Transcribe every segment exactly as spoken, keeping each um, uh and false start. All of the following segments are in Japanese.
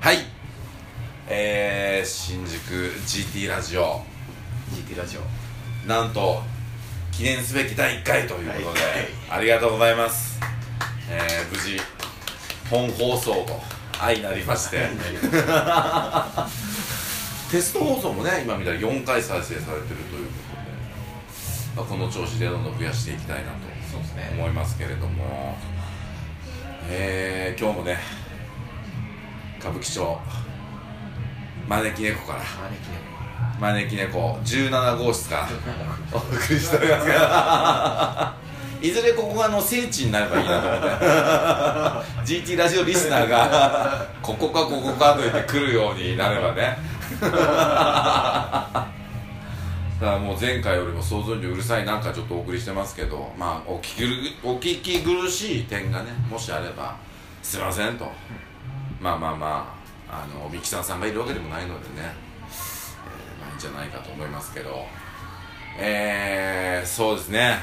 はい、えー、新宿 ジーティー ラジオジーティー ラジオなんと記念すべきだいいっかいということでありがとうございます、えー、無事本放送と相なりましてテスト放送もね今見たらよんかい再生されてるということで、まあ、この調子でどんどん増やしていきたいなと思いますけれども、えー、今日もね歌舞伎町招き猫から招き猫じゅうななごうしつからお送りしておりますがいずれここがあの聖地になればいいなと思ってジーティー ラジオリスナーがここかここかと言って来るようになればねだからもう前回よりも想像以上うるさいなんかちょっとお送りしてますけど、まあお聞きお聞き苦しい点がねもしあればすいませんと、まあまあまああのミキサーさんがいるわけでもないのでね、えー、まあいいんじゃないかと思いますけど、えー、そうですね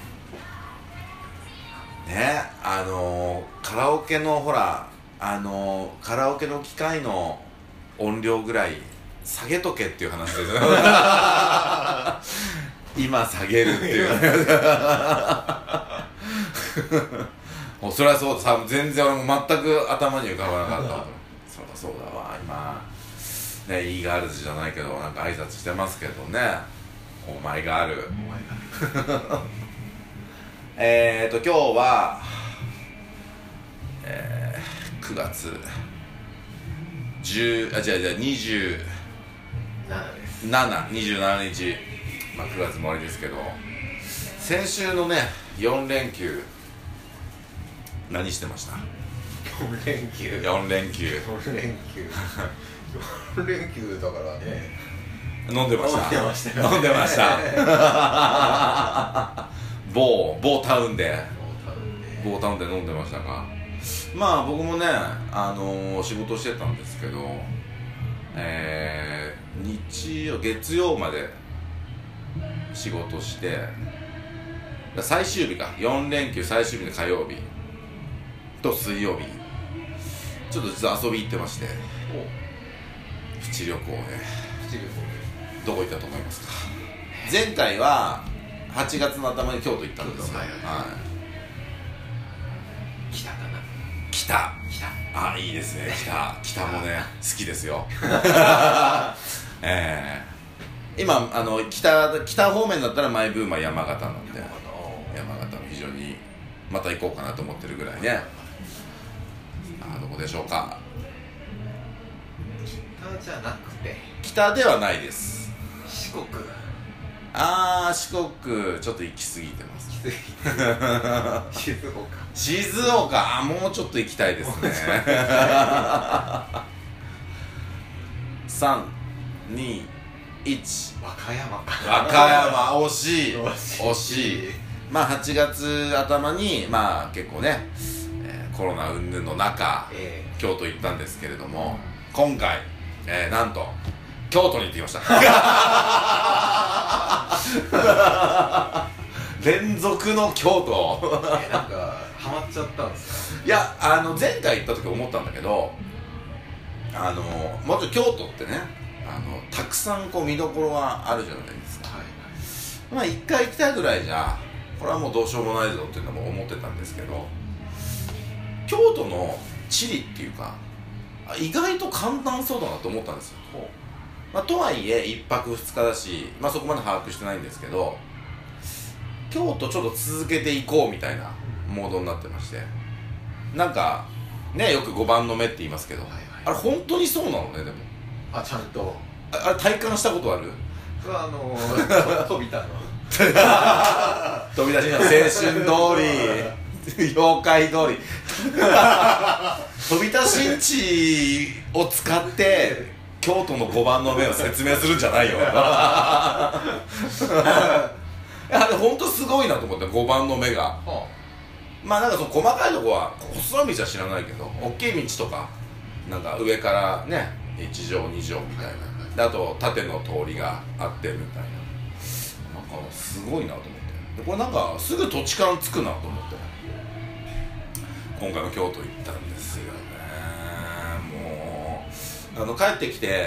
ねあのー、カラオケのほらあのー、カラオケの機械の音量ぐらい下げとけっていう話ですよ今下げるっていうもうそれはそうさ全然俺も全く頭に浮かばなかったそうだそうだわ今ねイーガールズじゃないけどなんか挨拶してますけどねお前があるえーと今日は、えー、くがつじゅうあ違う違うにじゅうななにじゅうななにち、まあ、くがつも終わりですけど先週のねよんれんきゅう何してました？ よんれんきゅうよんれんきゅうよんれんきゅうよんれんきゅうだからね飲んでました飲んでました飲んでました某某タウンで某タウンで飲んでましたか。まあ僕もね、あのー、仕事してたんですけど、えー、日曜月曜まで仕事して最終日かよんれんきゅう最終日の火曜日と水曜日ちょっと実は遊び行ってましてプチ旅行でプチ旅行でどこ行ったと思いますか？前回ははちがつの頭に京都行ったんですよ、はいはいはい、 北かな北北あいいですね北北もね好きですよえー、今あの 北, 北方面だったらマイブームは山形なんで山形も非常にまた行こうかなと思ってるぐらいねあどこでしょうか。 北じゃなくて北ではないです。 四国あー四国ちょっと行き過ぎてます静岡静岡あもうちょっと行きたいですねさんにいち和歌山か和歌山惜しい惜しい惜しいまあはちがつ頭にまあ結構ね、えー、コロナ云々の中、えー、京都行ったんですけれども今回、えー、なんと京都に行ってきました連続の京都えなんかハマっちゃったんですか？ いやあの前回行った時思ったんだけどあのもちろん京都ってねあのたくさんこう見どころはあるじゃないですか、はいはい、まあ一回行きたいぐらいじゃこれはもうどうしようもないぞっていうのも思ってたんですけど京都の地理っていうか意外と簡単そうだなと思ったんですよ、まあ、とはいえいっぱくふつかだし、まあ、そこまで把握してないんですけど京都ちょっと続けていこうみたいなモードになってましてなんかねよくごばんの目って言いますけど、はいはい、あれ本当にそうなのねでもあちゃんとあ, あれ体感したことある？ あのー、飛びたの飛び出しの青春通り妖怪通り飛び出しんちを使って京都のごばんの目を説明するんじゃないよあれほんとすごいなと思ってごばんの目が、はあ、まあなんかその細かいとこは細い道は知らないけど大きい道とかなんか上からねいちじょうにじょうみたいなであと縦の通りがあってみたいななんかすごいなと思ってでこれなんかすぐ土地勘つくなと思って今回も京都行ったんですよね。もうあの帰ってきて、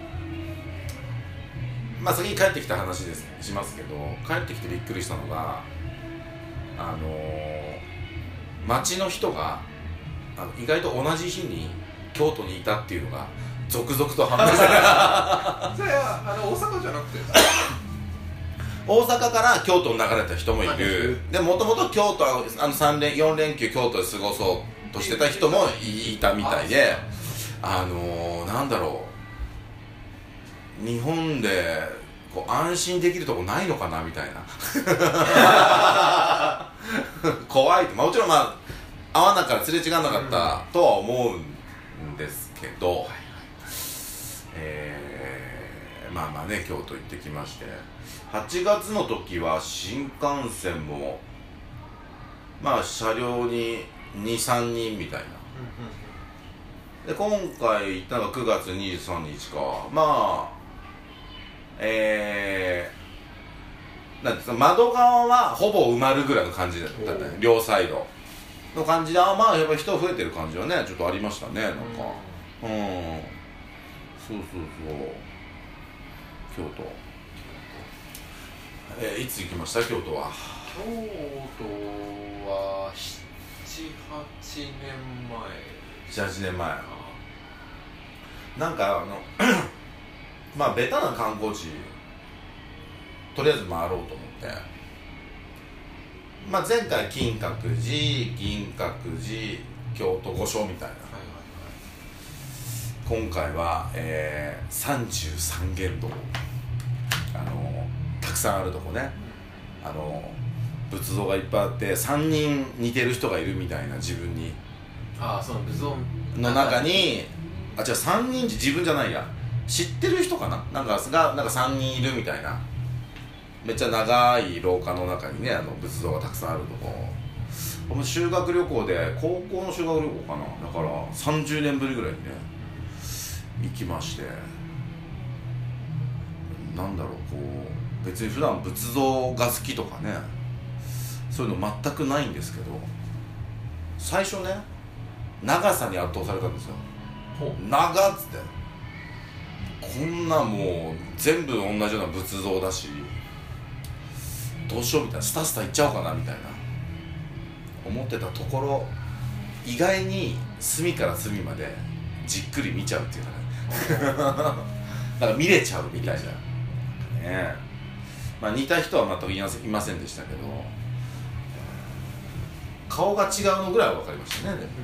まあ先に帰ってきた話ですしますけど、帰ってきてびっくりしたのが、あのー、町の人があの意外と同じ日に京都にいたっていうのが続々と判明したそれはあの大阪じゃなくて大阪から京都に流れた人もいる。でもともと京都あのさん連よん連休京都で過ごそうとしてた人も い, いたみたいで、あのー、なんだろう、日本でこう安心できるとこないのかなみたいな怖いと、まあ、もちろんまあ会わなからすれ違わなかったとは思うんですけど、うん、えー、まあまあね京都行ってきまして、はちがつの時は新幹線もまあ車両ににさんにんみたいな、で今回行ったのがくがつにじゅうさんにちか、まあえー、なんですか、窓側はほぼ埋まるぐらいの感じだったね、両サイドの感じで、あまあやっぱ人増えてる感じはねちょっとありましたね、なんかうん、うん、そうそうそう京都、えー、いつ行きました京都は？ 京都はなな、はちねんまえ。 なな、はちねんまえ。なんかあのまあベタな観光地とりあえず回ろうと思って、まあ前回金閣寺、銀閣寺、京都御所みたいな、はいはいはい、今回は、えー、さんじゅうさん軒堂、あのたくさんあるとこね、あの仏像がいっぱいあってさんにん似てる人がいるみたいな、自分に、 ああその仏像の中に、あ違うさんにん自分じゃないや、知ってる人かな、なんかがなんかさんにんいるみたいな、めっちゃ長い廊下の中にねあの仏像がたくさんあるとこ、この修学旅行で高校の修学旅行かな、だからさんじゅうねんぶりぐらいにね行きまして、なんだろう、こう別に普段仏像が好きとかねそういうの全くないんですけど、最初ね長さに圧倒されたんですよ。長っつって、こんなもう全部同じような仏像だしどうしようみたいな、スタスタ行っちゃおうかなみたいな思ってたところ、意外に隅から隅までじっくり見ちゃうっていうかねなんか見れちゃうみたいなね、まあ似た人は全くいませんでしたけど、顔が違うのぐらいは分かりましたね。でも、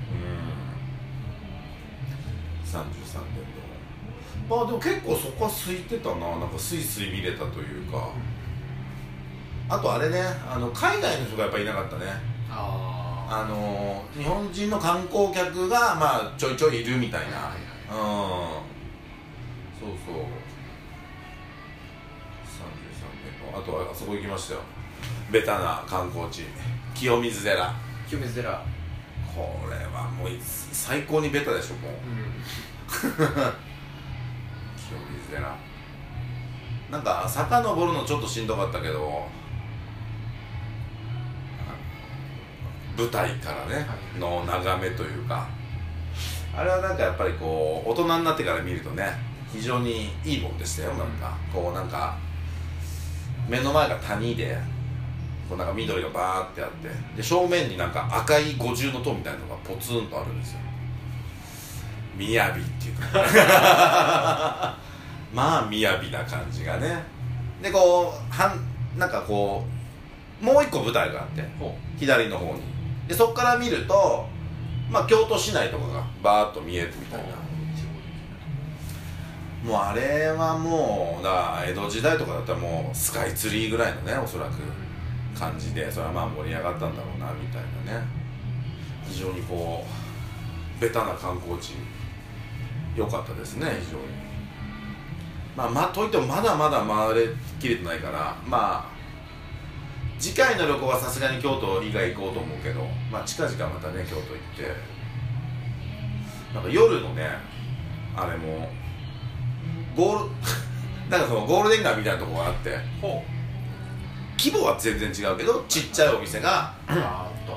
うん、さんじゅうさんけん堂、まあでも結構そこは空いてたな、なんかスイスイ見れたというか、あとあれね、あの海外の人がやっぱりいなかったね。ああの日本人の観光客がまあちょいちょいいるみたいな、はいはいはい、うん、そうそう、さんじゅうさんけん堂、あとはあそこ行きましたよ、ベタな観光地、清水寺。 清水寺、 これはもう最高にベタでしょもう、うん、清水寺なんか坂登るのちょっとしんどかったけど、舞台からね、はい、の眺めというか、あれはなんかやっぱりこう大人になってから見るとね非常にいいもんでしたよ。なんかこうなんか目の前が谷でこうなんか緑がバーってあって、で正面になんか赤い五重塔みたいなのがポツンとあるんですよ。雅っていうかまあ雅な感じがね。でこうはんなんかこうもう一個舞台があって左の方に、でそこから見るとまあ京都市内とかがバーッと見えるみたいな、もうあれはもうだから江戸時代とかだったらもうスカイツリーぐらいのねおそらく感じで、それはまあ盛り上がったんだろうなみたいなね。非常にこうベタな観光地良かったですね、非常に。まあまあといってもまだまだ回れきれてないから、まあ次回の旅行はさすがに京都以外行こうと思うけど、まあ近々またね京都行って、なんか夜のねあれもゴールなんかそのゴールデン街みたいなところがあって、規模は全然違うけどちっちゃいお店が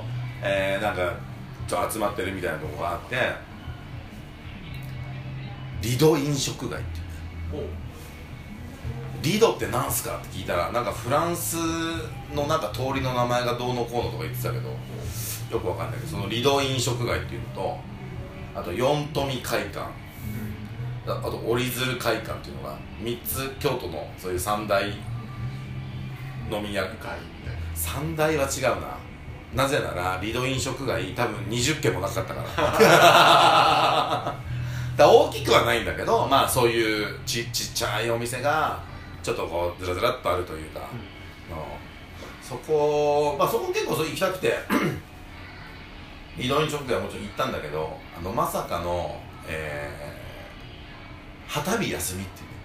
えー、なんかちょっと集まってるみたいなところがあって、 リド飲食街っていうね。リドってなんすかって聞いたら、なんかフランスのなんか通りの名前がどうのこうのとか言ってたけど、よくわかんないけど、そのリド飲食街っていうのと、あと四富会館、あと折り鶴会館っていうのがみっつ、京都のそういう三大飲み屋街、三大は違うな。なぜならリド飲食街多分にじゅっけんもなかったからだから大きくはないんだけど、まあそういうち, ちっちゃいお店がちょっとこうずらずらっとあるというか、うん、そこ、まあそこ結構そう行きたくてリド飲食街はもちろん行ったんだけど、あのまさかの、えー、旗日休みっていうね。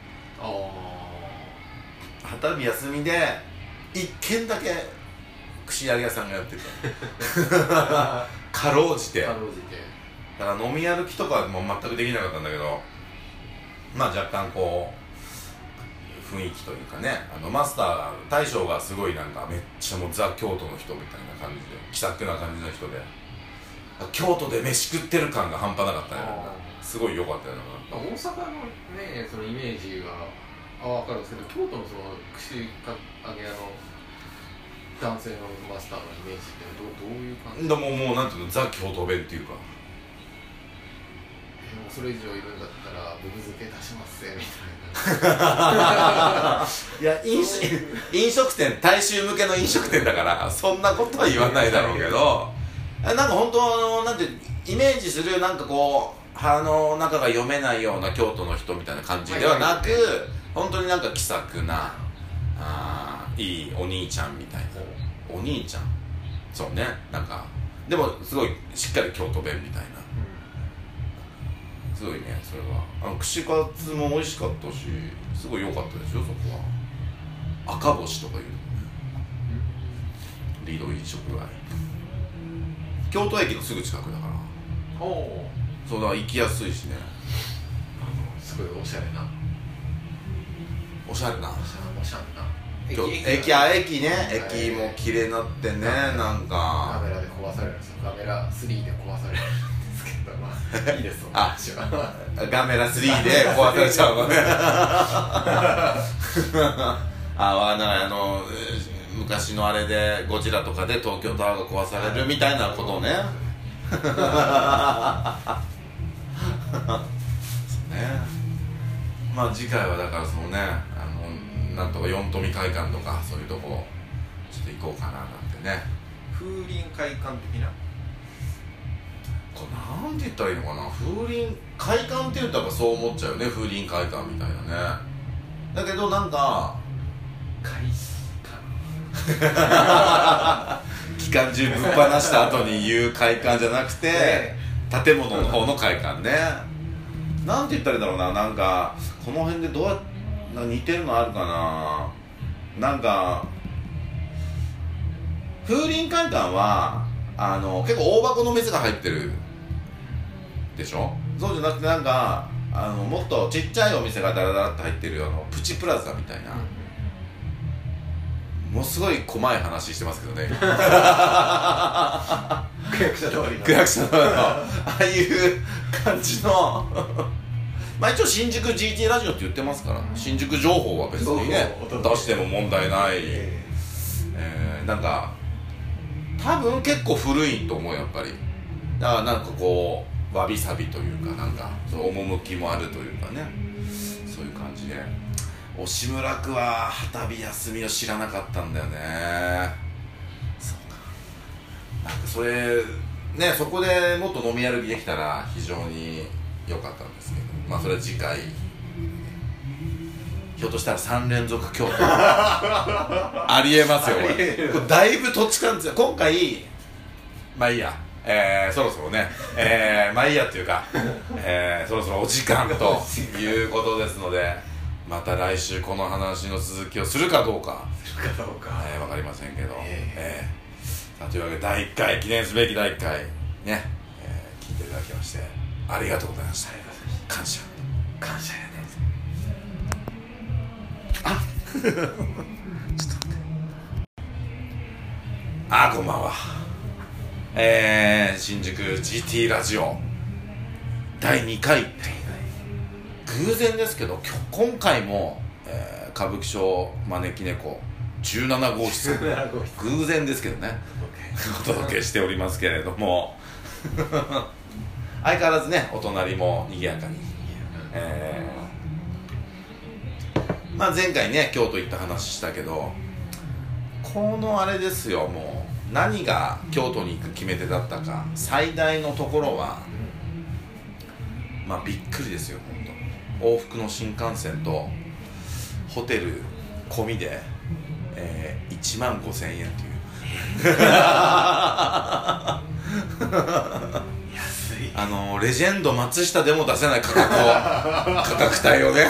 あ旗日休みで一軒だけ串揚げ屋さんがやってたかろうじて、かろうじてだから飲み歩きとかも全くできなかったんだけど、まあ若干こう雰囲気というかね、あのマスター大将がすごいなんかめっちゃもうザ京都の人みたいな感じで気さくな感じの人で、京都で飯食ってる感が半端なかったね。すごい良かったよな。 大阪のね、そのイメージがあ分かるんですけど、京都のその串揚げ屋の男性のマスターのイメージってど う, どういう感じだもう、もうなんていうの、ザ京都弁っていうか、 えもうそれ以上いるんだったらブブ漬け出しますぜみたいないや 飲, 飲食店、大衆向けの飲食店だからそんなことは言わないだろうけどなんか本当なんてイメージするなんかこう鼻の中が読めないような京都の人みたいな感じではなく、本当になんか気さくなあいいお兄ちゃんみたいな、お兄ちゃん、そうね、なんかでもすごいしっかり京都弁みたいな、すごいね。それはあの串カツも美味しかったし、すごい良かったでしょ。そこは赤星とかいうのね、リード飲食街、京都駅のすぐ近くだから、おそうだ、行きやすいしね。 あのすごいおしゃれなおしゃれなおしゃれな駅、あ、駅ね、駅も綺麗になってね、なんかカメラで壊されるんですよ。カメラスリーで壊されるんですけど、まあいいですあ、カメラスリーで壊されちゃうのねあ、わかんない、あの昔のあれでゴジラとかで東京タワーが壊されるみたいなことねそうね。まあ次回はだからそのね、あのなんとか四富会館とかそういうとこちょっと行こうかななんてね。 風鈴会館的な、 これなんて言ったらいいのかな。風鈴会館って言うとやっぱそう思っちゃうよね、風鈴会館みたいなね。だけどなんか会期間中ぶっ放した後に言う会館じゃなくて建物の方の会館ね。なんて言ったらいいんだろうな。なんかこの辺でどうやな似てるのあるかな。なんか風鈴会館はあの結構大箱の店が入ってるでしょ。そうじゃなくてなんかあのもっとちっちゃいお店がダラダラって入ってるあのプチプラザみたいな、ものすごい細い話してますけどね区役所通りの区役所通りのああいう感じのまあ一応新宿 ジーティー ラジオって言ってますから、新宿情報は別にね出しても問題ない、えー、なんか多分結構古いと思うやっぱり。だからなんかこうわびさびというかなんか趣もあるというかね、そういう感じで。押村区は旗日休みを知らなかったんだよね。そうか。なんかそれね、そこでもっと飲み歩きできたら非常に良かったんですけど、まあそれは次回ひょっとしたらさんれんぞく京都ありえますよこれ。これだいぶ土地勘ですよ今回。まあいいや、えー、そろそろね、えー、まあいいやっていうか、えー、そろそろお時間ということですので、また来週この話の続きをするかどうかするかどうか、 えー、分かりませんけど、 えーえー、さあというわけでだいいっかい記念すべきだいいっかいね、えー、聞いていただきましてありがとうございました。感謝感謝やね。 あちょっと待ってあこんばんは。えー、新宿 ジーティー ラジオだいにかい偶然ですけど今回も、えー、歌舞伎町招き猫じゅうななごうしつ偶然ですけどねお届けしておりますけれども相変わらずねお隣も賑やかに、えーまあ、前回ね京都行った話したけどこのあれですよもう何が京都に行く決め手だったか最大のところはまあびっくりですよ本当往復の新幹線とホテル込みで、えー、いちまんごせんえんという安いあのレジェンド松下でも出せない価格を価格帯をね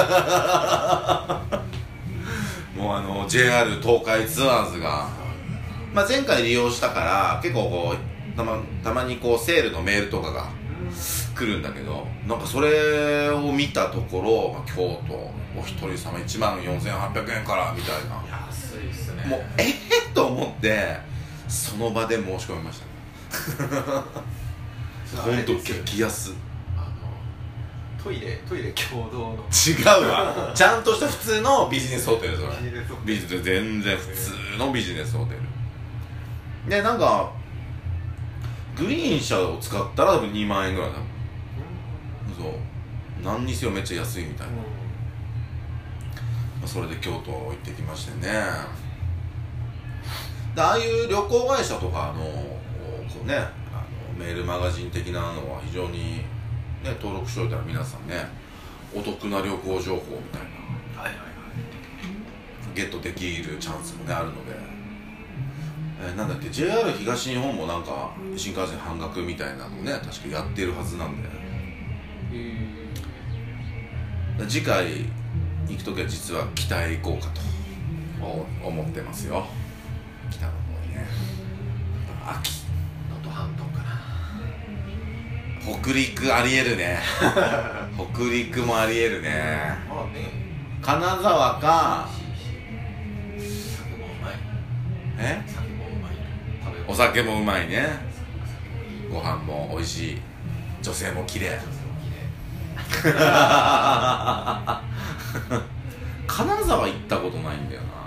もうあの ジェイアール 東海ツアーズが、まあ、前回利用したから結構こうたま、たまにこうセールのメールとかが来るんだけどなんかそれを見たところ、まあ、京都お一人様いちまんよんせんはっぴゃくえんからみたいな安いっすねもうえー、と思ってその場で申し込みましたほんと激安あのトイレトイレ共同の違うわちゃんとした普通のビジネスホテルそれビジネス全然普通のビジネスホテルでなんかグリーン車を使ったら多分にまんえんぐらいだそう何にせよめっちゃ安いみたいな、まあ、それで京都行ってきましてねでああいう旅行会社とかのこうねあのメールマガジン的なのは非常に、ね、登録しておいたら皆さんねお得な旅行情報みたいな、はいはいはい、ゲットできるチャンスもねあるので、えー、なんだっけ ジェイアール 東日本もなんか新幹線半額みたいなのね確かやってるはずなんで、で次回行くときは実は北へ行こうかと思ってますよ北の方にね秋能登半島かな北陸ありえるね北陸もありえるねまあね金沢か酒もうまいえ酒もうまい食べお酒もうまいねご飯も美味しい女性も綺麗金沢行ったことないんだよな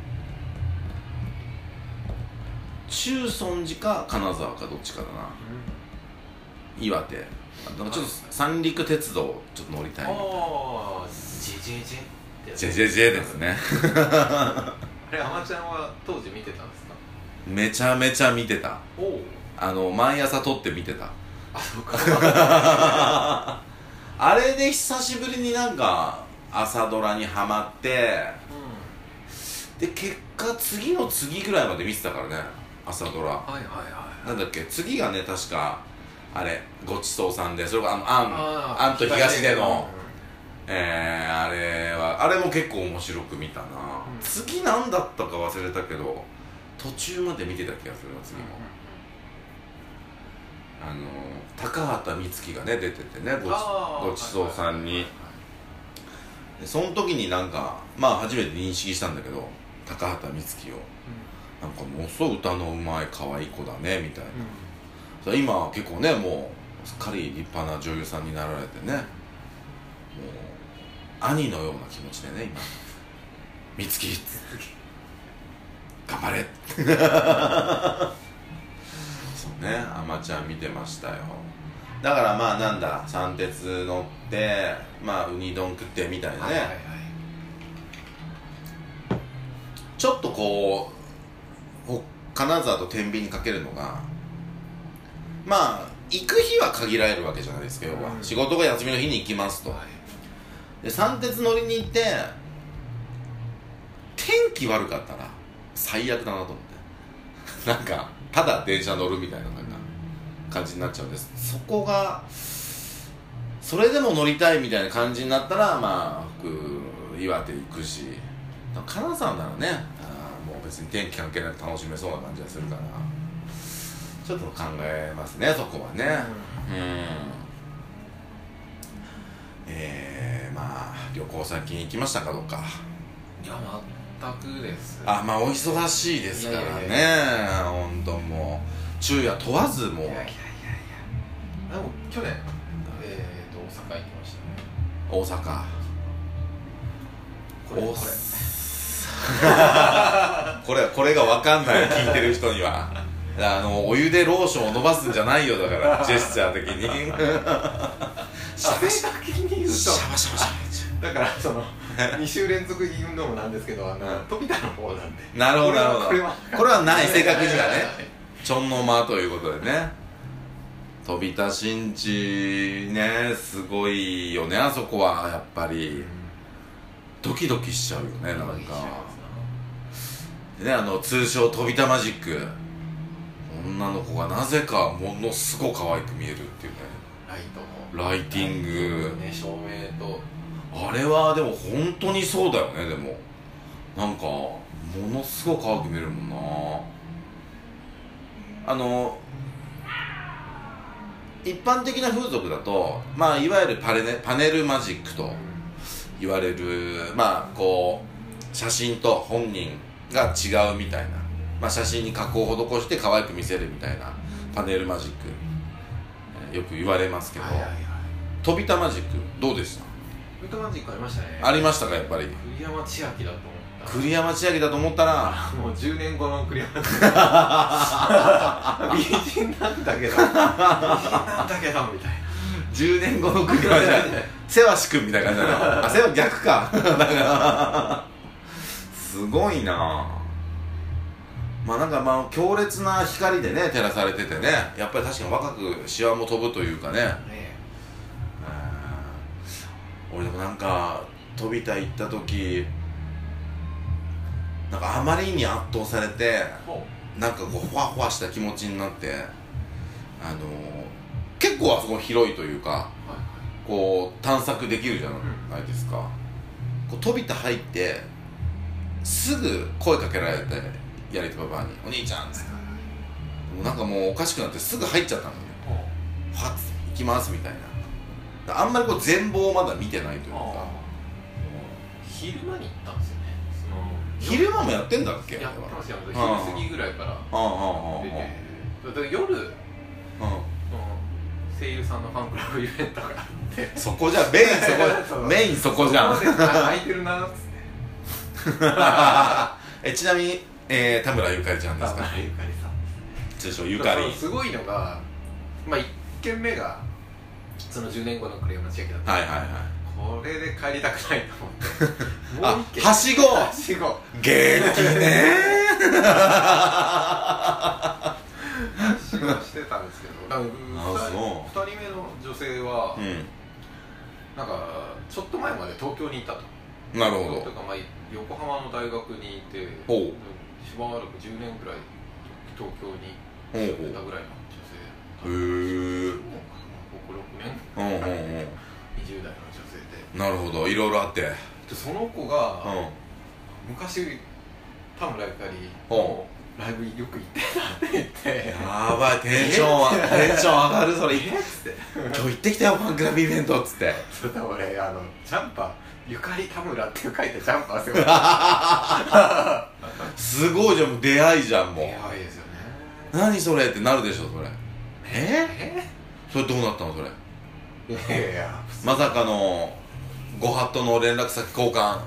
中尊寺か金沢かどっちかだな、うん、岩手なんかちょっと三陸鉄道ちょっと乗りたいみたいなああ ジェジェジェジェジェジェですねあれあまちゃんは当時見てたんですかめちゃめちゃ見てたおあの毎朝撮って見てたあそうかあれで久しぶりになんか朝ドラにハマって、うん、で結果次の次ぐらいまで見てたからね朝ドラはいはいはいなんだっけ次がね確かあれごちそうさんでそれがあのあんあんと東出の、うん、えー、あれはあれも結構面白く見たな、うん、次何だったか忘れたけど途中まで見てた気がするな次も、うん、あの高畑充希がね出ててねごち、ごちそうさんにでその時になんかまあ初めて認識したんだけど高畑充希を、うん、なんかものすごい歌のうまい可愛い子だねみたいな、うん、今結構ねもうすっかり立派な女優さんになられてねもう兄のような気持ちでね今充希頑張れそうねあまちゃん見てましたよだからまあなんだ三鉄乗ってまあウニ丼食ってみたいなね、はいはいはい、ちょっとこう金沢と天秤にかけるのがまあ行く日は限られるわけじゃないですか、要は、うん、仕事が休みの日に行きますと、はい、で三鉄乗りに行って天気悪かったら最悪だなと思ってなんかただ電車乗るみたいな感じになっちゃうんです。そこがそれでも乗りたいみたいな感じになったらまあ僕岩手行くし金沢ならねあもう別に天気関係なく楽しめそうな感じがするからちょっと考えますねそこはねうん、うん、えー、まあ旅行先に行きましたかどうかいや全くです、 あまあお忙しいですからね本当もう昼夜問わずもういやいやいやいやでも去年、えー、と大阪行きましたね大阪これこれこれこれが分かんない聞いてる人にはあのお湯でローションを伸ばすんじゃないよだからジェスチャー的にシャバシャバ的に言うとシャバシャバシャだからそのに週連続言うのもなんですけど、あの飛びたの方なんで。 なるほどなるほど。 これはこれはない正確にはねちょんの間ということでね。飛び田新地ねすごいよねあそこはやっぱり、うん、ドキドキしちゃうよねなんかねあの通称飛び田マジック女の子がなぜかものすごく可愛く見えるっていうねライトのライティングね照明とあれはでも本当にそうだよねでもなんかものすごく可愛く見えるもんなあの一般的な風俗だと、まあ、いわゆるパレネ、パネルマジックと言われる、まあ、こう写真と本人が違うみたいな、まあ、写真に加工を施して可愛く見せるみたいなパネルマジックよく言われますけど、はいはいはい、飛び田マジックどうでした？ 飛び田マジックありましたね。 ありましたかやっぱり。 栗山千明だと思った。 栗山千明だと思ったらもうじゅうねんごの栗山千明美人なんだけど美人なんだけどみたいなじゅうねんごの栗山千明せわし君みたいな感じだなあせわ逆かだからすごいなまあなんかまあ強烈な光でね照らされててねやっぱり確かに若くシワも飛ぶというかね、ね俺でもなんか飛び田行った時なんかあまりに圧倒されてなんかこうふわふわした気持ちになってあのー、結構あそこ広いというか、はいはい、こう探索できるじゃないですか、うん、こう飛び田入ってすぐ声かけられてやり手パパに「お兄ちゃん」っつって、はいはい、なんかもうおかしくなってすぐ入っちゃったのね「はっ行きます」みたいなあんまりこう全貌をまだ見てないというか昼間に行ったんですよね昼間もやってんだっけ？ やってますよ、昼過ぎぐらいから出て夜、うん、声優さんのファンクラブイベントがあってそこじゃメインそこメインそこじゃん空いてるなっつってえちなみに、えー、田村ゆかりちゃんですか？ 田村ゆかりさん通称ゆかりすごいのが、まあ、いっけんめがそのじゅうねんごの栗山千明だったんですけど、はいはいはいこれで帰りたくないと思ってもう一軒はしごはしご元気ねーはしごしてたんですけどふたりめの女性は、うん、なんかちょっと前まで東京にいたとなるほどとか、まあ、横浜の大学にいてしばらくじゅうねんぐらい東京に住んでたぐらいの女性へーご、ろくねんぐらいでにじゅうだいの女性でなるほどいろいろあってでその子が、うん、昔田村ゆかりのライブよく行ってたって言ってやばいテンションテンション上がるそれえっつって今日行ってきたよファンクラブイベントっつってそれで俺あのジャンパーゆかり田村って書いてジャンパーすごいじゃんもう出会いじゃんもう出会いですよね何それってなるでしょそれええそれどうなったのそれいやいやまさかのご法度の連絡先交換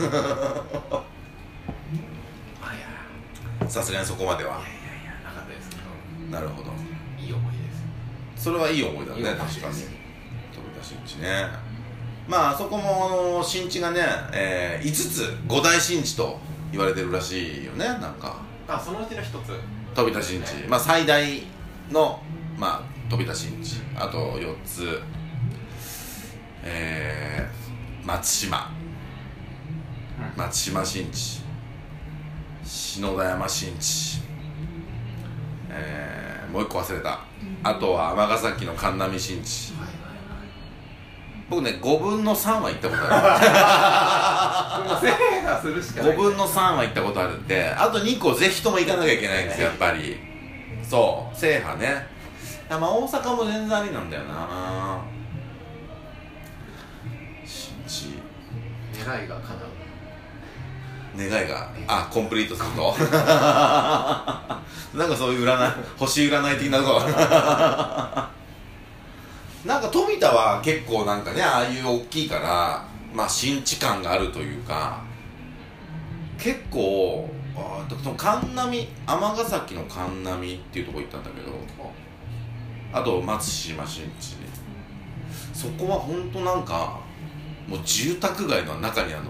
さすがにそこまではいやいやいやなかったですけどなるほどいい思いですそれはいい思いだね確かに飛び出しんちねまああそこもあの新地がね、えー、いつつ五大新地と言われてるらしいよねなんかあそのうちの一つ飛び出しんち、まあ最大のまあ飛び出しんちあとよっつえー、松島、うん、松島新地篠田山新地、えー、もう一個忘れたあとは尼崎の神波新地、はいはいはい、僕ねごぶんのさんは行ったことある制覇するしかないごぶんのさんは行ったことあるんであとにこぜひとも行かなきゃいけないんですよやっぱりそう制覇ねまあ大阪も全然ありなんだよな新地願いが叶う願いがあコンプリートするとなんかそういう占い星占い的なとこなんか富田は結構なんかね、ああいう大きいからまあ新地感があるというか、結構あその神波、尼崎の神波っていうとこ行ったんだけど、あと松島新地、そこはほんとなんかもう住宅街の中にあるの、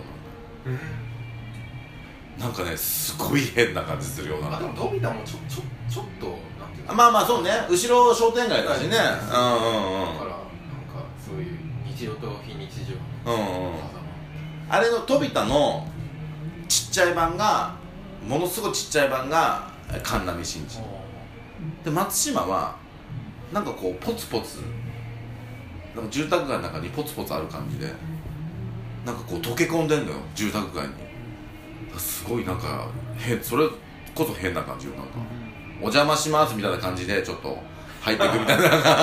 うん、なんかねすごい変な感じするような。 あでも飛田もちょちょちょっとなんていうか、 まあまあそうね、後ろ商店街だしね、うんうんうん、だからなんかそういう日常と非日常の、 うんうん、あれの飛田のちっちゃい版が、ものすごいちっちゃい版が神波新地で、松島はなんかこうポツポツなんか住宅街の中にポツポツある感じで、なんかこう溶け込んでんのよ住宅街に。すごいなんか変、それこそ変な感じよ。なんかお邪魔しますみたいな感じでちょっと入っていくみたいな。 いや絶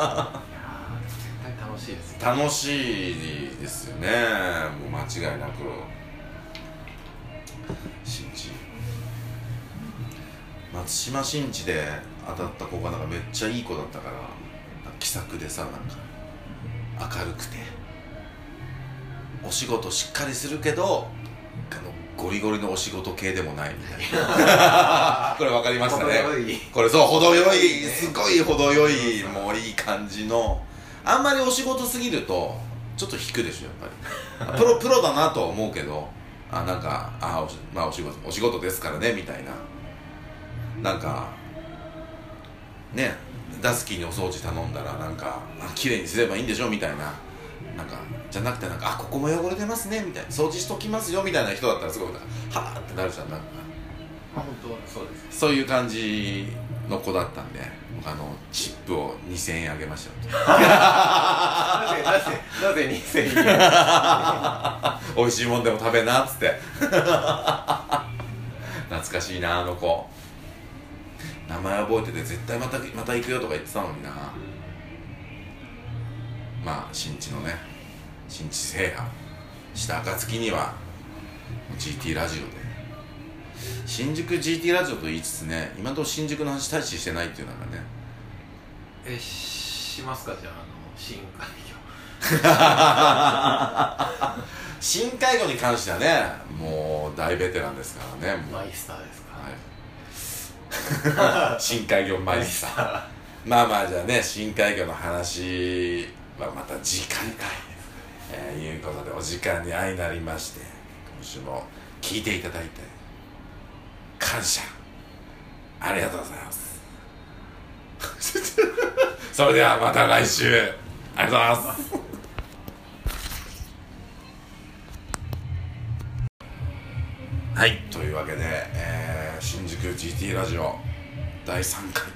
対楽しいですね。 楽しいですよね、もう間違いなく。新地、松島新地で当たった子がなんかめっちゃいい子だったから、気さくでさ、なんか明るくて、お仕事しっかりするけどあのゴリゴリのお仕事系でもないみたいな。これ分かりましたね。これそう、程よい、すごい程よい、もういい感じの。あんまりお仕事すぎるとちょっと引くでしょやっぱり。プロプロだなとは思うけど、あなんかあおし、まあ、お仕事お仕事ですからねみたいな、なんかね、ダスキーにお掃除頼んだらなんか綺麗にすればいいんでしょみたいな、なんかじゃなくてなんかあここも汚れてますねみたいな、掃除しときますよみたいな人だったらすごいなんかはーってなるじゃん。なんか本当そうです。 そういう感じの子だったんで、僕あのチップをにせんえんあげましたよ。 なぜなぜなぜにせんえん。 美味しいもんでも食べなっつって。懐かしいなあの子。名前覚えてて絶対またまた行くよとか言ってたのにな。まあ新地のね、新地制覇した暁には ジーティー ラジオで、新宿 ジーティー ラジオと言いつつね、今のところ新宿の話大してしてないっていうのがね。 えしますか、じゃああの深海魚。深海魚に関してはね、もう大ベテランですからね。 マイスターですか、はい、深海魚マイスター。まあまあじゃあね、深海魚の話はまた次回かい、えー、いうことでお時間に相なりまして、今週も聞いていただいて感謝ありがとうございます。それではまた来週ありがとうございます。はい、というわけで、えー、新宿 ジーティー ラジオだいさんかい、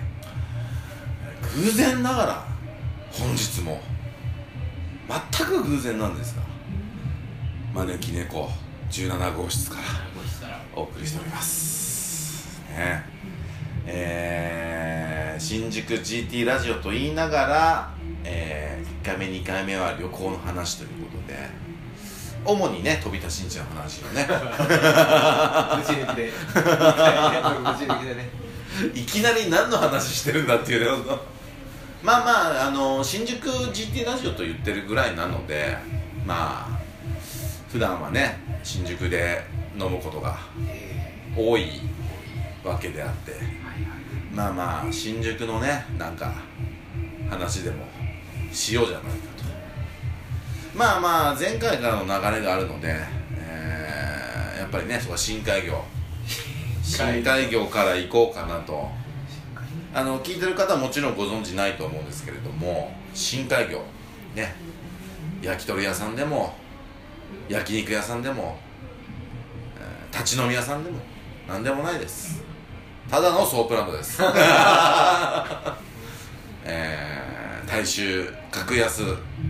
偶然ながら本日も全く偶然なんですが、招き猫じゅうななごうしつからお送りしておりますね。えー、新宿 ジーティー ラジオと言いながら、えー、いっかいめにかいめは旅行の話ということで、主にね、飛田新地の話をね。 ぶち抜きで。ぶち抜きでね。 いきなり何の話してるんだっていうね。まあまあ、あの新宿 ジーティー ラジオと言ってるぐらいなので、まあ普段はね新宿で飲むことが多いわけであって、まあまあ新宿のねなんか話でもしようじゃないかと。まあまあ前回からの流れがあるので、えー、やっぱりねそこは深海魚深海魚から行こうかなと。あの聞いてる方はもちろんご存知ないと思うんですけれども、深海魚ね、焼き鳥屋さんでも焼肉屋さんでも、えー、立ち飲み屋さんでも何でもないです。ただのソープランドです。えー、大衆格安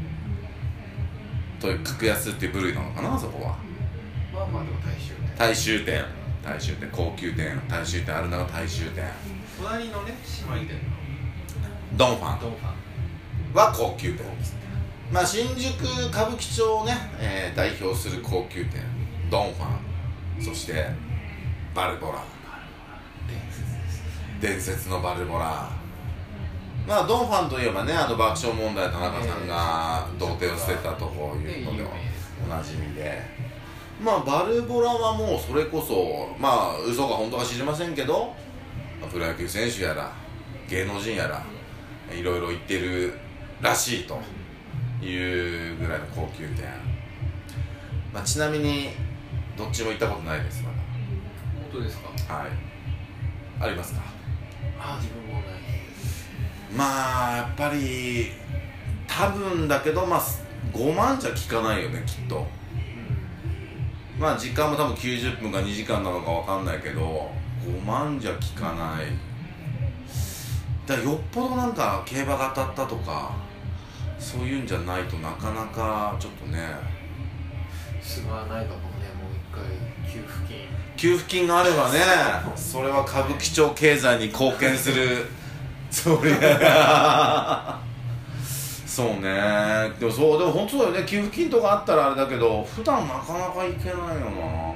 と格安っていう部類なのかな、そこは。 まあまあでも大衆店大衆店大衆店高級店大衆店あるのが大衆店。 隣のね姉妹店のドンファンドンファンは高級店。まあ新宿歌舞伎町をね、えー、代表する高級店ドンファン、そしてバルボラ、伝説です、ね、伝説のバルボラまあドンファンといえばね、あの爆笑問題田中さんが童貞を捨てたとこいうのでおなじみで、まあバルボラはもうそれこそまあ嘘か本当か知りませんけど、プロ野球選手やら芸能人やらいろいろ言ってるらしいというぐらいの高級店、まあ、ちなみにどっちも行ったことないです。まだ。 本当ですか？ はい。ありますか？ ああ、自分もないです。 まあやっぱり多分だけど、まあごまんじゃ効かないよねきっと、うん、まあ時間も多分きゅうじゅっぷんかにじかんなのかわかんないけどごまんじゃ効かない。だからよっぽどなんか競馬が当たったとかそういうんじゃないとなかなかちょっとね。 すまないかもね、もう一回給付金給付金があればねそれは歌舞伎町経済に貢献するそりゃそうね。でもそうでも本当だよね、給付金とかあったらあれだけど普段なかなか行けないよな。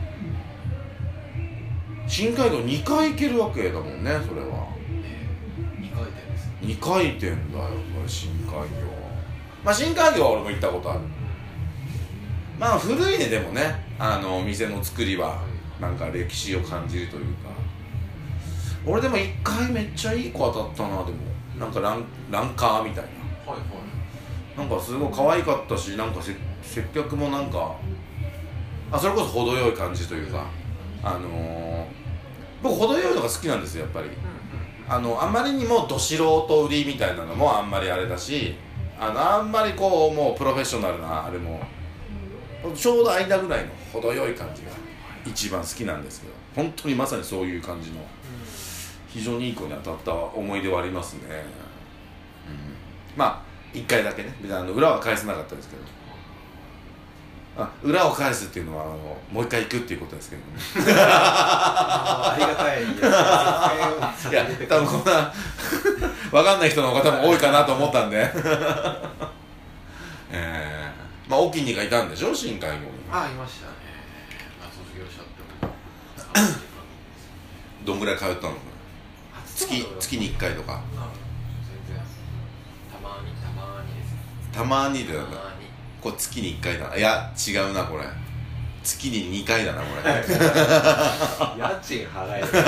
深海魚にかい行けるわけだもんね、それは。 にかい転です。 にかい転だよこれ深海魚は。まあ深海魚は俺も行ったことある。まあ古いね。でもね、あの店の作りはなんか歴史を感じるというか。俺でもいっかいめっちゃいい子当たったな。でもなんかラン、ランカーみたいな、はいはい、なんかすごい可愛かったし、なんかせ接客もなんかあそれこそ程よい感じというか、あのー、僕程よいのが好きなんですよやっぱり。あのあんまりにもど素人売りみたいなのもあんまりあれだし、あのあんまりこうもうプロフェッショナルなあれもちょうど間ぐらいの程よい感じが一番好きなんですけど、本当にまさにそういう感じの非常にいい子に当たった思い出はありますね、うん、まあいっかいだけね、別にあの裏は返せなかったですけど、あ裏を返すっていうのはあのもう一回行くっていうことですけどねありがたいですいや多分こんな分かんない人の方が多分多いかなと思ったんでえー、まあ沖にがいたんでしょ深海魚に。 ああいましたね。まあ卒業しちゃってもどんぐらい通ったの？月, 月にいっかいとか。 全然たまにたまにです。 たまにだよね。これ月にいっかいだな。いや違うなこれ。月ににかいだなこれ。 家賃払える。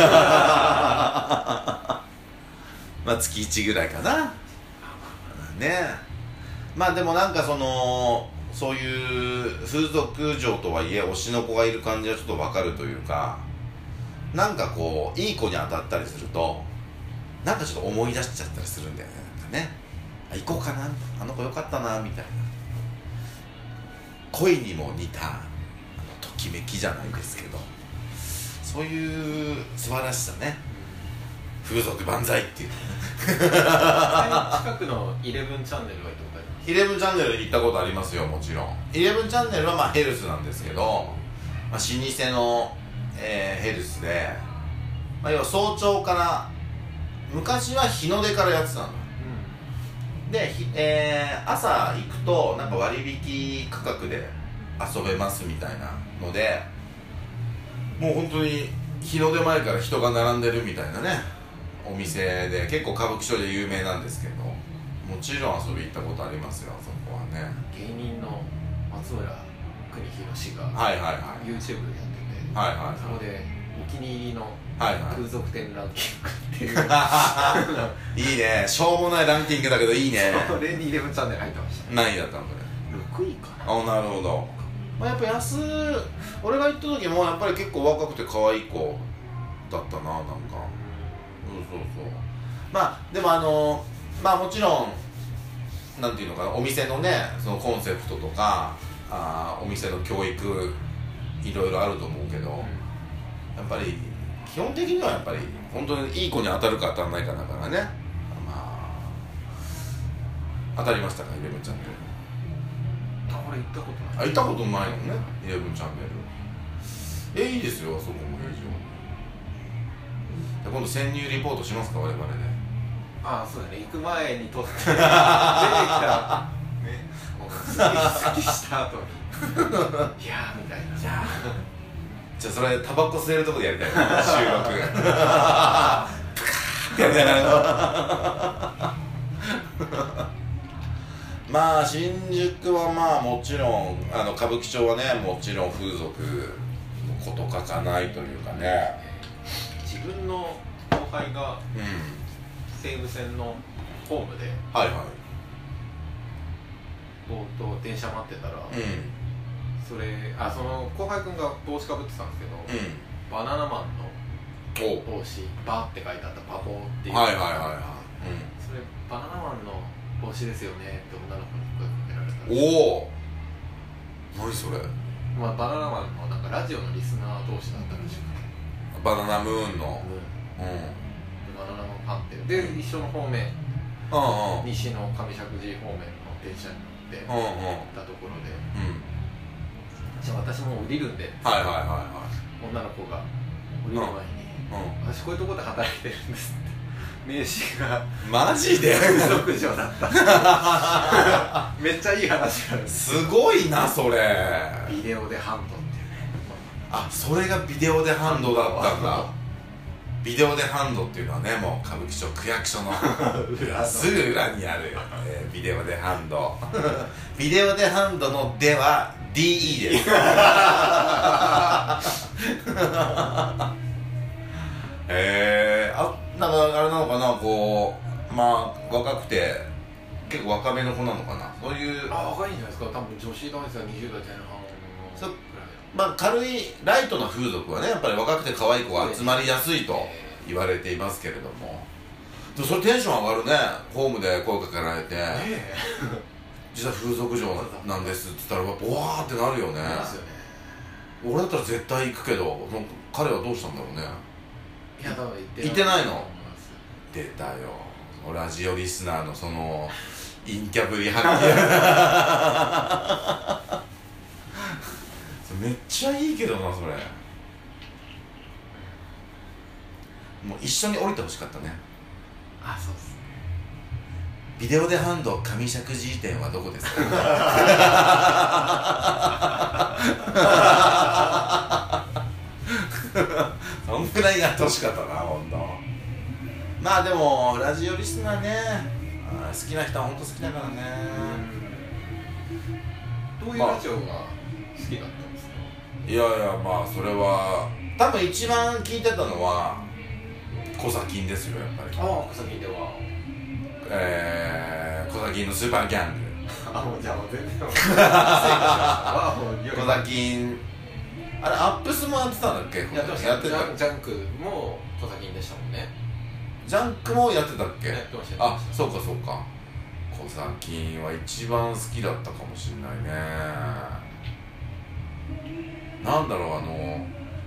まあ月いちぐらいかな。ねえ。まあでもなんかそのそういう風俗嬢とはいえ推しの子がいる感じはちょっとわかるというか、なんかこういい子に当たったりするとなんかちょっと思い出しちゃったりするんだよね。なんかね、あ行こうかな、あの子よかったなみたいな、恋にも似たあのときめきじゃないですけど、そういう素晴らしさね。風俗万歳っていう近くのイレブンチャンネルは行ったことあります？ イレブンチャンネル行ったことありますよ、もちろん。イレブンチャンネルはまあヘルスなんですけど、まあ、老舗の、えー、ヘルスで、まあ、要は早朝から昔は日の出からやってたの、うん、で、えー、朝行くとなんか割引価格で遊べますみたいなので、もう本当に日の出前から人が並んでるみたいなねお店で、結構歌舞伎町で有名なんですけど、もちろん遊び行ったことありますよ、あそこはね。 芸人の松村邦洋が、 はいはいはい、 YouTube でやってて、 はいはいはい、 そこでお気に入りのはいはい、 風俗店ランキングっていう、 いいね、しょうもないランキングだけどいいね。 それにイレブンチャンネル入ってました。 何位だったのそれ？ ろくいかな。 あ、なるほど。まあ、やっぱ安、俺が行った時もやっぱり結構若くて可愛い子だったな、なんか。そうそうそう。まあでもあのまあもちろんなんていうのかな、お店のねそのコンセプトとか、あお店の教育いろいろあると思うけど、やっぱり基本的にはやっぱり本当にいい子に当たるか当たらないかだからね。まあ当たりましたか、イレブンチャンネル？ これ行ったことない。 あ、行ったことないのね、イレブンチャンネル。え、いいですよ、あそこも非常に。今度潜入リポートしますか、我々で。 ああ、そうだね、行く前に撮って出てきたね、好きした後にいやーみたいな。じゃあじゃあそれタバコ吸えるとこでやりたいな、収録プカーっみたいなまあ新宿はまあもちろんあの歌舞伎町はねもちろん風俗のこと書かないというかね、 自分の後輩が西武線のホームで、うん、 はいはい冒頭電車待ってたら、うん、それあその後輩くんが帽子かぶってたんですけど、うん、バナナマンの帽子バーって書いてあったパポーっていうはいはいはいはい、 うん、それバナナマンの帽子ですよねって女の子に声かけられたんです。 おお何それ、 まあ、バナナマンのなんかラジオのリスナー同士だったらしくてバナナムーンの、 うんうん、バナナマンファンってで一緒の方面、うんうん、西の上石神井方面の電車に乗ってたところで、うんうん、じゃあ私もう降りるんで、 はいはいはいはい、 女の子が降りる前に、うんうん、私こういうところで働いてるんですって名刺がマジで風俗嬢だっためっちゃいい話がある。 すごいなそれ。 ビデオでハンドっていうね、 あ、それがビデオでハンドだったんだ。ビデオでハンドっていうのはね、もう歌舞伎町区役所のすぐ裏にある、えー、ビデオでハンドビデオでハンドのでは ディーイー ですへえー、あ、なんかあれなのかな、こうまあ若くて結構若めの子なのかな、そういう。 あ、若いんじゃないですか、多分女子大生はにじゅう代前半の。 まあ軽いライトな風俗はね、やっぱり若くて可愛い子が集まりやすいと言われていますけれども、でもそれテンション上がるね、ホームで声かけられて、えー、実は風俗嬢なんですって言ったらボワーってなるよね。俺だったら絶対行くけど、彼はどうしたんだろうね。 いや、多分行ってない。 行ってないの。出たよ、ラジオリスナーのその陰キャぶり発揮めっちゃいいけどな、それ。もう一緒に降りてほしかったね。 あ、そうですね。 ビデオでハンド上石神井店はどこですかそんくらいやってほしかったな、ほんと。まあでもラジオリスナーね、あ、好きな人はほんと好きだからね。 どういうラジオが好きだったんですか？ いやいや、まあそれは多分一番聞いてたのはコサキンですよ、やっぱり。 ああ、コサキンではえー、コサキンのスーパーギャングあ、もうじゃあもう全然コサキン、あれアップスもやってたんだっけ？ やってました。やってた。ジャンクもコサキンでしたもんね。 ジャンクもやってたっけ？ やってました。 あ、そうかそうか。コサキンは一番好きだったかもしれないね。なんだろう、あの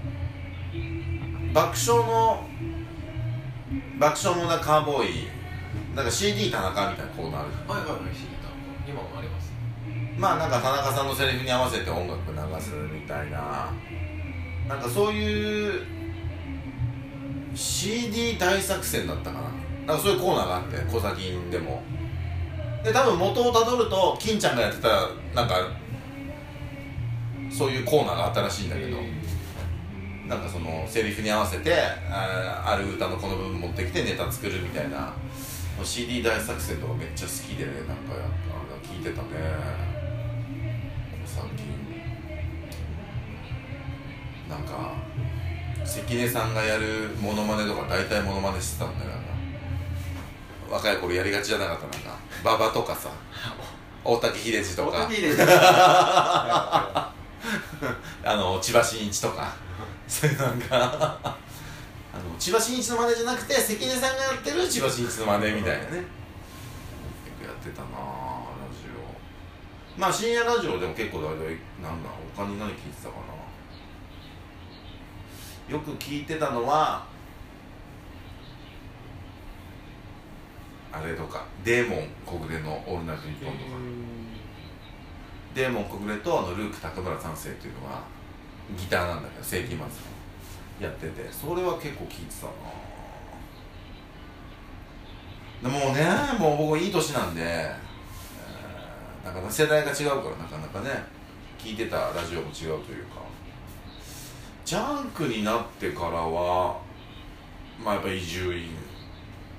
爆笑の爆笑問題カーボーイ、なんか シーディー 田中みたいなコーナーある。 はいはいはい、 シーディー 田中今もあります。 まあなんか田中さんのセリフに合わせて音楽流すみたいな、なんかそういう シーディー 大作戦だったかな、なんかそういうコーナーがあって、コサキンでも。で多分元をたどると金ちゃんがやってたなんかそういうコーナーがあったらしいんだけど、なんかそのセリフに合わせて あ, ある歌のこの部分持ってきてネタ作るみたいな シーディー 大作戦とかめっちゃ好きでね、なんかや聞いてたね。最近なんか関根さんがやるモノマネとか大体モノマネしてたんだよな。若い頃やりがちじゃなかった、なんか馬場とかさ大竹秀治とかあの千葉真一とかそういうなんかあの千葉真一の真似じゃなくて関根さんがやってる千葉真一の真似みたいなね、よくやってたなラジオ。まあ深夜ラジオでも結構大体なんだ他に何聞いてたかな。よく聞いてたのはあれとかデーモン小暮のオールナイトニッポンとか、デーモン小暮とあのルーク高村三世っていうのはギターなんだけど世紀末のやってて、それは結構聴いてたな。でもうね、もう僕いい年なんで、えー、なんか世代が違うからなかなかね聴いてたラジオも違うというか、ジャンクになってからはまあやっぱ伊集院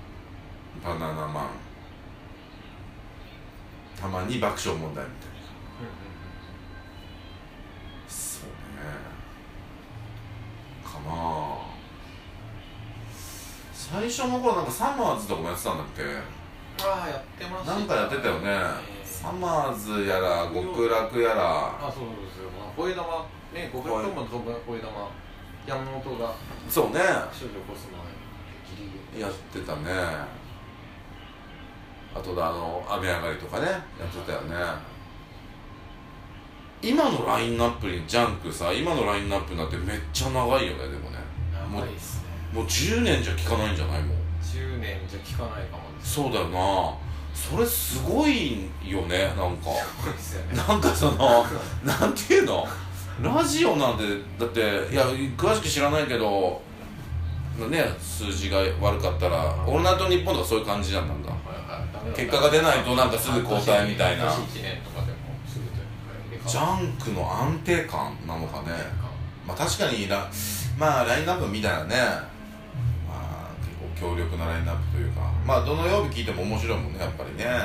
バナナマン、たまに爆笑問題みたいな、うんうん、そうねかなあ。最初の頃なんかサマーズとかもやってたんだっけ。 ああやってました、 なんかやってたよね、えー、サマーズやら極楽やら、 あそうですよ、まあ、吠え玉ね、極楽とも吠え玉山本がそうね少女コスモギリギリやってたね。あとだあの雨上がりとかねやってたよね。今のラインナップにジャンクさ、今のラインナップになってめっちゃ長いよね。でもね長いですね。 もうじゅうねんじゃ効かないんじゃない。もうじゅうねんじゃ効かないかもです。 そうだよな。それすごいよね。なんかすごいですよね。 なんかそのなんていうの、ラジオなんてだっていや詳しく知らないけどね、数字が悪かったら「オールナイトニッポン」とかそういう感じじゃん。なんか結果が出ないとなんかすぐ交代みたいな。ジャンクの安定感なのかね。まあ確かにラ、まあ、ラインナップみたいなね、まあ、結構強力なラインナップというか、まあどの曜日聞いても面白いもんねやっぱりね。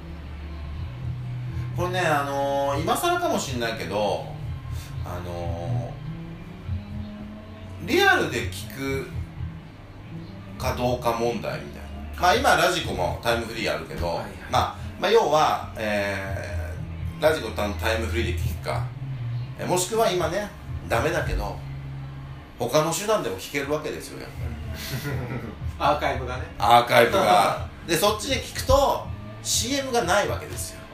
これね、あのー、今更かもしんないけど、あのー、リアルで聞くかどうか問題みたいな。まあ今ラジコもタイムフリーあるけど、はいはい、まあ、まあ要は、えー、ラジコとタイムフリーで聞くか、もしくは今ねダメだけど他の手段でも聞けるわけですよやっぱりアーカイブがね、 アーカイブがでそっちで聞くと シーエム がないわけですよ。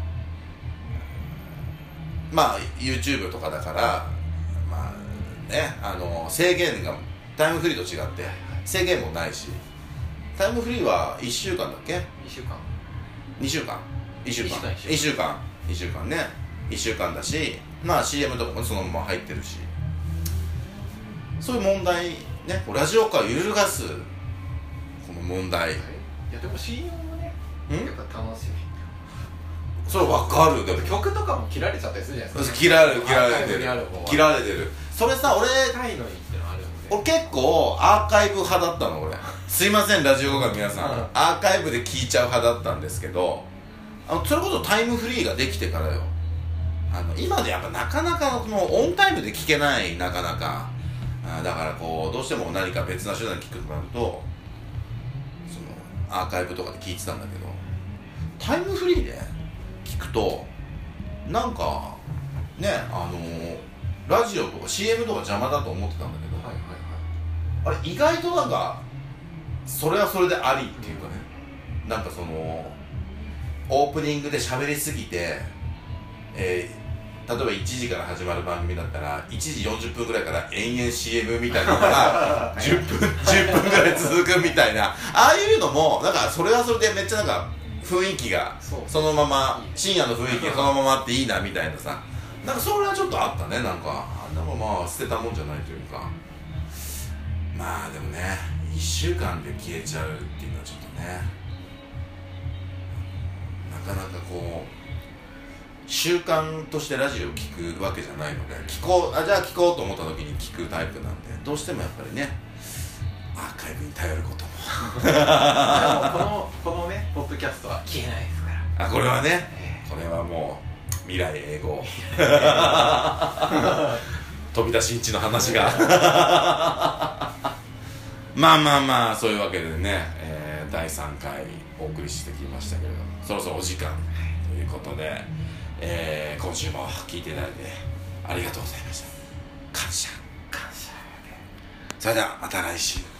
まあ YouTube とかだからまあね、あの制限がタイムフリーと違って制限もないし、タイムフリーはいっしゅうかんだっけ。 いっしゅうかんにしゅうかんいっしゅうかんいっしゅうかんいっしゅうかんね、いっしゅうかんだし、まあ シーエム とかもそのまま入ってるし、そういう問題ね、ラジオ界を揺るがすこの問題。いやでも シーエム もねやっぱ楽しみ。 それ分かる。でも曲とかも切られちゃったりするじゃないですか。 切られる切られてる切られてる。それさ、俺俺結構アーカイブ派だったの。俺すいませんラジオが皆さん、うん、アーカイブで聞いちゃう派だったんですけど、あのそれこそタイムフリーができてからよ、あの今でやっぱなかなかこのオンタイムで聞けない、なかなか。あだからこうどうしても何か別な手段で聞くとなるとそのアーカイブとかで聞いてたんだけど、タイムフリーで聞くとなんかね、あのー、ラジオとか シーエム とか邪魔だと思ってたんだけど、はいはいはい、あれ意外となんかそれはそれでありっていうかね、なんかそのオープニングで喋りすぎて、えー例えばいちじから始まる番組だったらいちじよんじゅっぷんぐらいから延々 シーエム みたいなのがじゅっぷん、じゅっぷんぐらい続くみたいな、ああいうのもなんかそれはそれでめっちゃなんか雰囲気がそのまま深夜の雰囲気がそのままあっていいなみたいなさ、なんかそれはちょっとあったね。なんかあんなもまあ捨てたもんじゃないというか、まあでもねいっしゅうかんで消えちゃうっていうのはちょっとねなかなかこう習慣としてラジオを聞くわけじゃないので、聞こうあじゃあ聞こうと思った時に聞くタイプなんで、どうしてもやっぱりねアーカイブに頼ることもこのこのねポッドキャストは消えないですから。 あこれはね、えー、これはもう未来永劫飛び出しんちの話がまあまあまあそういうわけでね、えー、だいさんかいお送りしてきましたけれども、そろそろお時間ということで、えー、今週も聞いていただいてありがとうございました。感謝感謝。それではまた来週。